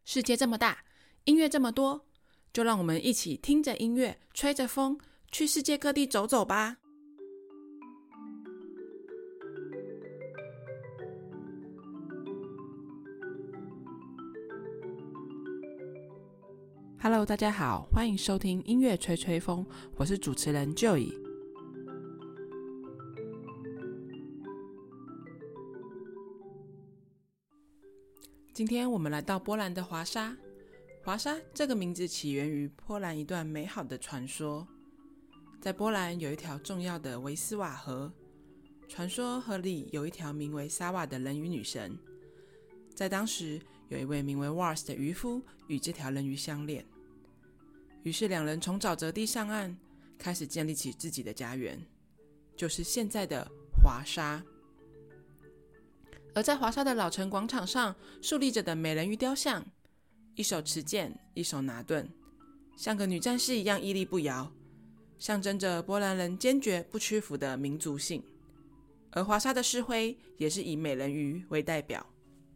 世界这么大，音乐这么多，就让我们一起听着音乐，吹着风，去世界各地走走吧。Hello， 大家好，欢迎收听音乐吹吹风，我是主持人 Joey。今天我们来到波兰的华沙。华沙这个名字起源于波兰一段美好的传说。在波兰有一条重要的维斯瓦河，传说河里有一条名为萨瓦的人鱼女神。在当时，有一位名为 Wars 的渔夫与这条人鱼相恋，于是两人从沼泽地上岸，开始建立起自己的家园，就是现在的华沙。而在华沙的老城广场上竖立着的美人鱼雕像，一手持剑，一手拿盾，像个女战士一样屹立不摇，象征着波兰人坚决不屈服的民族性。而华沙的市徽也是以美人鱼为代表。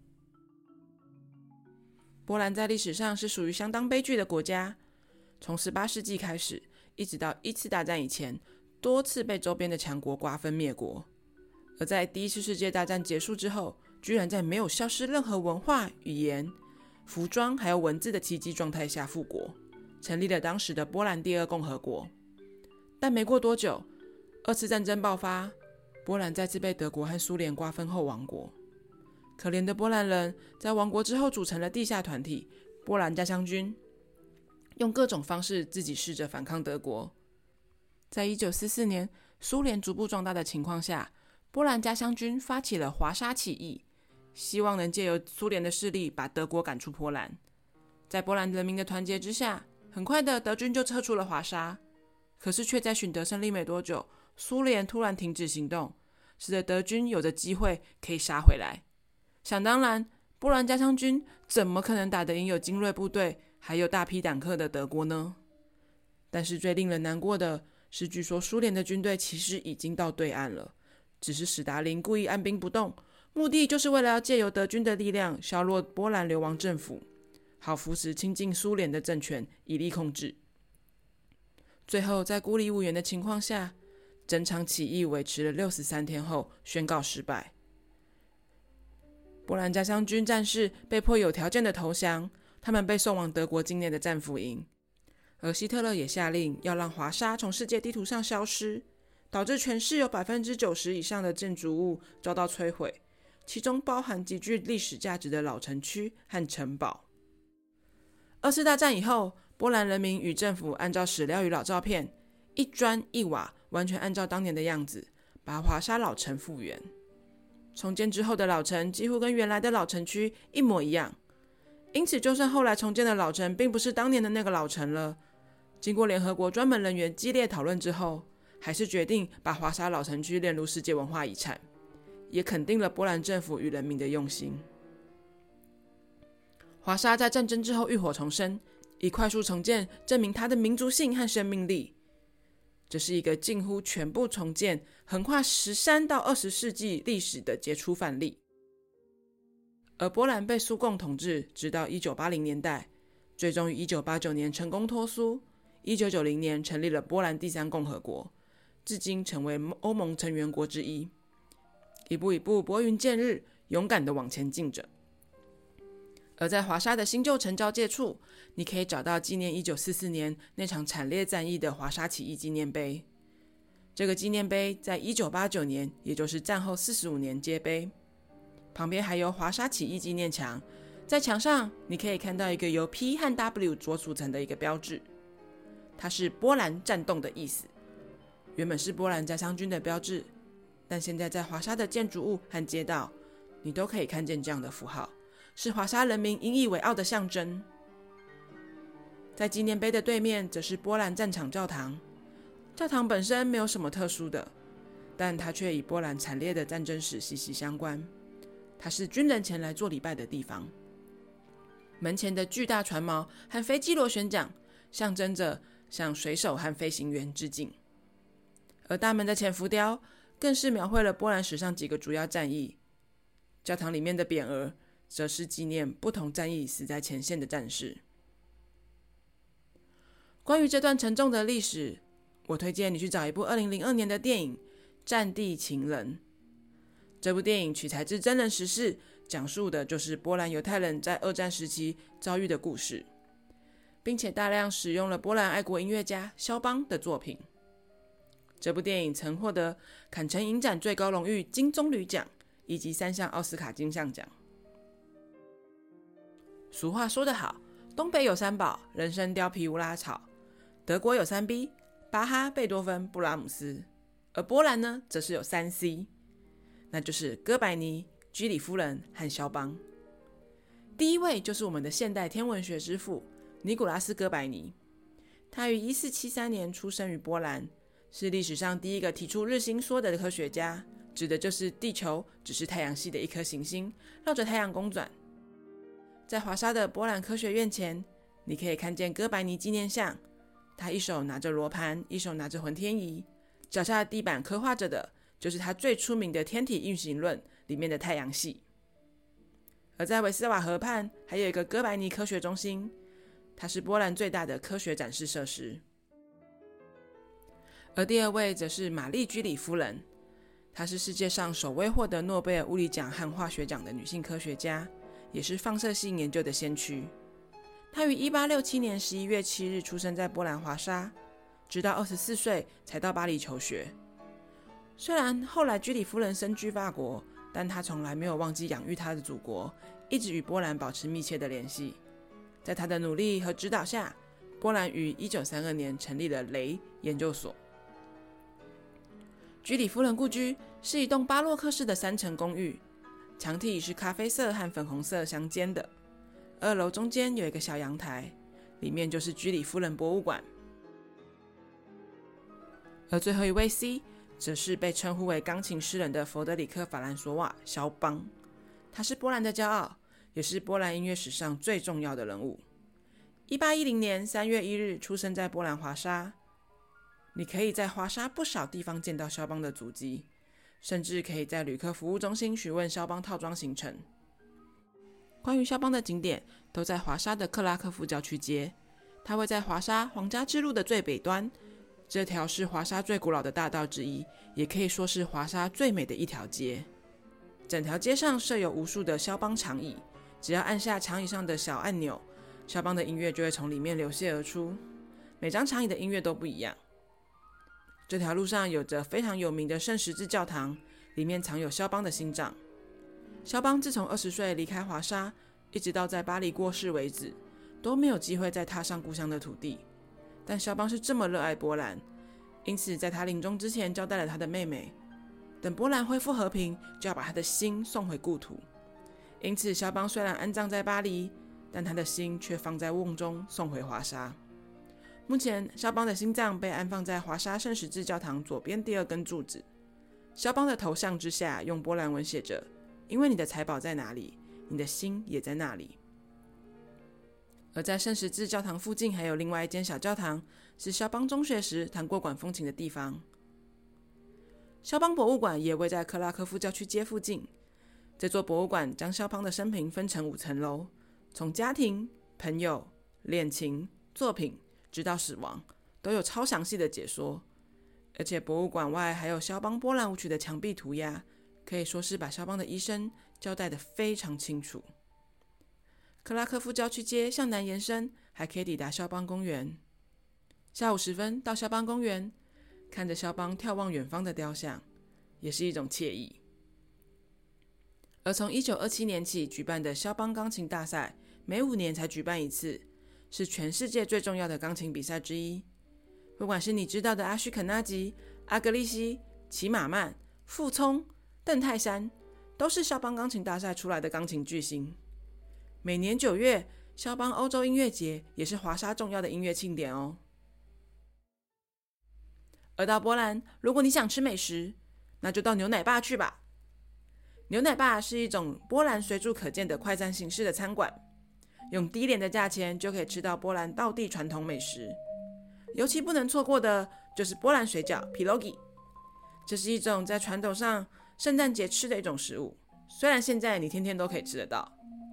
波兰在历史上是属于相当悲剧的国家，从18世纪开始，一直到1次大战以前，多次被周边的强国瓜分灭国。而在第1次世界大战结束之后，居然在没有消失任何文化、语言、服装还有文字的奇迹状态下复国，成立了当时的波兰第二共和国。但没过多久，2次战争爆发，波兰再次被德国和苏联瓜分后亡国。可怜的波兰人在亡国之后组成了地下团体波兰家乡军，用各种方式自己试着反抗德国。在1944年苏联逐步壮大的情况下，波兰家乡军发起了华沙起义，希望能借由苏联的势力把德国赶出波兰。在波兰人民的团结之下，很快的德军就撤出了华沙。可是却在取得胜利没多久，苏联突然停止行动，使得德军有着机会可以杀回来。想当然，波兰家乡军怎么可能打得赢有精锐部队还有大批坦克的德国呢？但是最令人难过的是，据说苏联的军队其实已经到对岸了，只是史达林故意按兵不动，目的就是为了要借由德军的力量削弱波兰流亡政府，好扶持亲近苏联的政权，以利控制。最后在孤立无援的情况下，整场起义维持了63天后宣告失败。波兰家乡军战士被迫有条件的投降，他们被送往德国境内的战俘营。而希特勒也下令要让华沙从世界地图上消失，导致全市有 90% 以上的建筑物遭到摧毁，其中包含极具历史价值的老城区和城堡。2次大战以后，波兰人民与政府按照史料与老照片，一砖一瓦完全按照当年的样子，把华沙老城复原。重建之后的老城几乎跟原来的老城区一模一样，因此就算后来重建的老城并不是当年的那个老城了，经过联合国专门人员激烈讨论之后，还是决定把华沙老城区列入世界文化遗产，也肯定了波兰政府与人民的用心。华沙在战争之后浴火重生，以快速重建证明它的民族性和生命力。这是一个近乎全部重建、横跨13到20世纪历史的杰出范例。而波兰被苏共统治直到1980年代，最终于1989年成功脱苏，1990年成立了波兰第3共和国，至今成为欧盟成员国之一，一步一步拨云见日，勇敢地往前进着。而在华沙的新旧城交界处，你可以找到纪念1944年那场惨烈战役的华沙起义纪念碑。这个纪念碑在1989年，也就是战后45年揭碑。旁边还有华沙起义纪念墙，在墙上你可以看到一个由 P 和 W 所组成的一个标志，它是波兰战斗的意思。原本是波兰家乡军的标志，但现在在华沙的建筑物和街道，你都可以看见这样的符号，是华沙人民引以为傲的象征。在纪念碑的对面则是波兰战场教堂，教堂本身没有什么特殊的，但它却与波兰惨烈的战争史息息相关。它是军人前来做礼拜的地方。门前的巨大船锚和飞机螺旋桨象征着向水手和飞行员致敬，而大门的浅浮雕更是描绘了波兰史上几个主要战役。教堂里面的匾额则是纪念不同战役死在前线的战士。关于这段沉重的历史，我推荐你去找一部2002年的电影《战地情人》。这部电影取材自真人实事，讲述的就是波兰犹太人在二战时期遭遇的故事，并且大量使用了波兰爱国音乐家肖邦的作品。这部电影曾获得坎城影展最高荣誉金棕榈奖以及3项奥斯卡金像奖。俗话说得好，东北有三宝，人参貂皮乌拉草；德国有3B，巴哈、贝多芬、布拉姆斯；而波兰呢，则是有3C， 那就是哥白尼、居里夫人和肖邦。第一位就是我们的现代天文学之父尼古拉斯·哥白尼，他于1473年出生于波兰，是历史上第一个提出日心说的科学家，指的就是地球只是太阳系的一颗行星，绕着太阳公转。在华沙的波兰科学院前，你可以看见哥白尼纪念像，他一手拿着罗盘，一手拿着浑天仪，脚下的地板刻画着的就是他最出名的天体运行论里面的太阳系。而在维斯瓦河畔还有一个哥白尼科学中心，它是波兰最大的科学展示设施。而第二位则是玛丽居里夫人，她是世界上首位获得诺贝尔物理奖和化学奖的女性科学家，也是放射性研究的先驱。她于1867年11月7日出生在波兰华沙，直到24岁才到巴黎求学。虽然后来居里夫人身居法国，但她从来没有忘记养育她的祖国，一直与波兰保持密切的联系。在她的努力和指导下，波兰于1932年成立了雷研究所。居里夫人故居是一栋巴洛克式的3层公寓，墙体是咖啡色和粉红色相间的。2楼中间有一个小阳台，里面就是居里夫人博物馆。而最后一位 C 则是被称呼为钢琴诗人的佛德里克·法兰索瓦·肖邦，他是波兰的骄傲，也是波兰音乐史上最重要的人物。1810年3月1日出生在波兰华沙，你可以在华沙不少地方见到肖邦的足迹，甚至可以在旅客服务中心询问肖邦套装行程。关于肖邦的景点都在华沙的克拉科夫郊区街，它位在华沙皇家之路的最北端，这条是华沙最古老的大道之一，也可以说是华沙最美的一条街。整条街上设有无数的肖邦长椅，只要按下长椅上的小按钮，肖邦的音乐就会从里面流泻而出，每张长椅的音乐都不一样。这条路上有着非常有名的圣十字教堂，里面藏有肖邦的心脏。肖邦自从20岁离开华沙，一直到在巴黎过世为止，都没有机会再踏上故乡的土地。但肖邦是这么热爱波兰，因此在他临终之前交代了他的妹妹，等波兰恢复和平，就要把他的心送回故土。因此肖邦虽然安葬在巴黎，但他的心却放在瓮中送回华沙。目前肖邦的心脏被安放在华沙圣十字教堂左边第2根柱子，肖邦的头像之下用波兰文写着：因为你的财宝在哪里，你的心也在那里。而在圣十字教堂附近还有另外一间小教堂，是肖邦中学时弹过管风琴的地方。肖邦博物馆也位在克拉科夫郊区街附近。这座博物馆将肖邦的生平分成5层楼，从家庭、朋友、恋情、作品直到死亡，都有超详细的解说。而且博物馆外还有肖邦波兰舞曲的墙壁涂鸦，可以说是把肖邦的一生交代得非常清楚。克拉科夫郊区街向南延伸，还可以抵达肖邦公园。下午时分到肖邦公园，看着肖邦眺望远方的雕像，也是一种惬意。而从1927年起举办的肖邦钢琴大赛，每5年才举办一次，是全世界最重要的钢琴比赛之一。不管是你知道的阿须肯纳吉、阿格利西、齐马曼、傅聪、邓泰山，都是肖邦钢琴大赛出来的钢琴巨星。每年9月，肖邦欧洲音乐节也是华沙重要的音乐庆典哦。而到波兰，如果你想吃美食，那就到牛奶爸去吧。牛奶爸是一种波兰随处可见的快餐形式的餐馆，用低廉的价钱就可以吃到波兰道地传统美食。尤其不能错过的就是波兰水饺 Pierogi， 这是一种在传统上圣诞节吃的一种食物，虽然现在你天天都可以吃得到。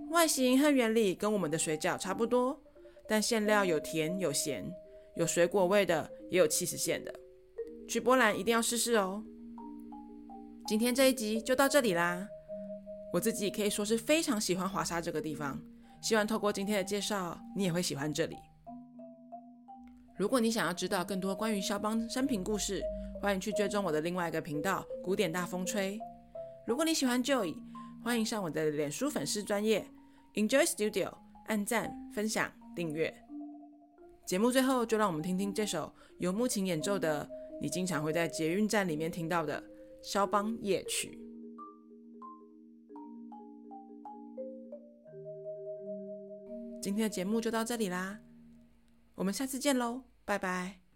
外形和原理跟我们的水饺差不多，但馅料有甜有咸，有水果味的，也有起司馅的。去波兰一定要试试哦。今天这一集就到这里啦。我自己可以说是非常喜欢华沙这个地方，希望透过今天的介绍，你也会喜欢这里。如果你想要知道更多关于肖邦生平故事，欢迎去追踪我的另外一个频道古典大风吹。如果你喜欢 Joey， 欢迎上我的脸书粉丝专页 Enjoy Studio， 按赞、分享、订阅。节目最后就让我们听听这首由木琴演奏的，你经常会在捷运站里面听到的肖邦夜曲。今天的节目就到这里啦，我们下次见喽，拜拜。